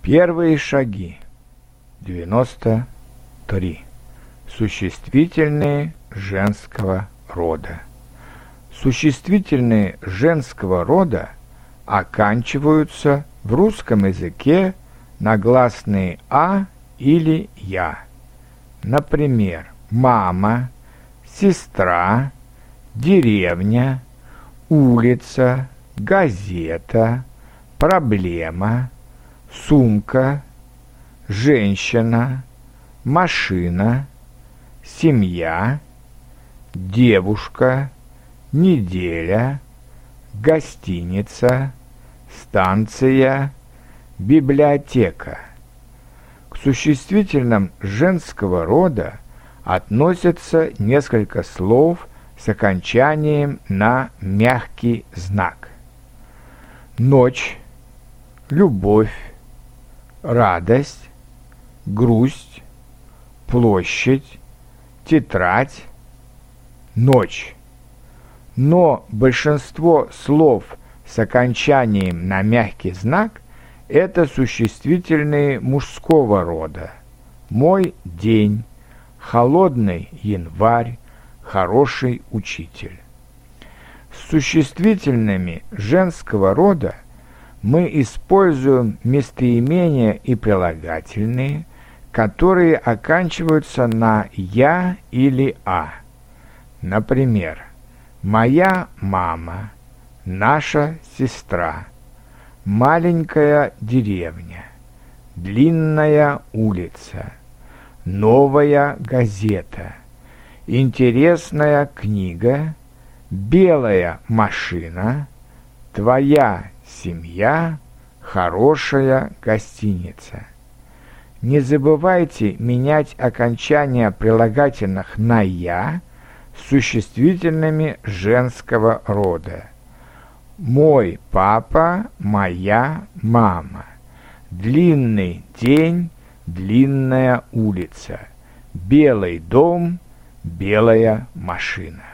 Первые шаги. 93. Существительные женского рода. Существительные женского рода оканчиваются в русском языке на гласные «а» или «я». Например, мама, сестра, деревня, улица, газета, проблема, сумка, женщина, машина, семья, девушка, неделя, гостиница, станция, библиотека. К существительным женского рода относятся несколько слов с окончанием на мягкий знак. Ночь, любовь, радость, грусть, площадь, тетрадь, ночь. Но большинство слов с окончанием на мягкий знак – это существительные мужского рода. Мой день, холодный январь, хороший учитель. С существительными женского рода мы используем местоимения и прилагательные, которые оканчиваются на «я» или «а». Например, моя мама, наша сестра, маленькая деревня, длинная улица, новая газета, интересная книга, белая машина, твоя семья, хорошая гостиница. Не забывайте менять окончания прилагательных на «я» с существительными женского рода. Мой папа, моя мама. Длинный день, длинная улица. Белый дом, белая машина.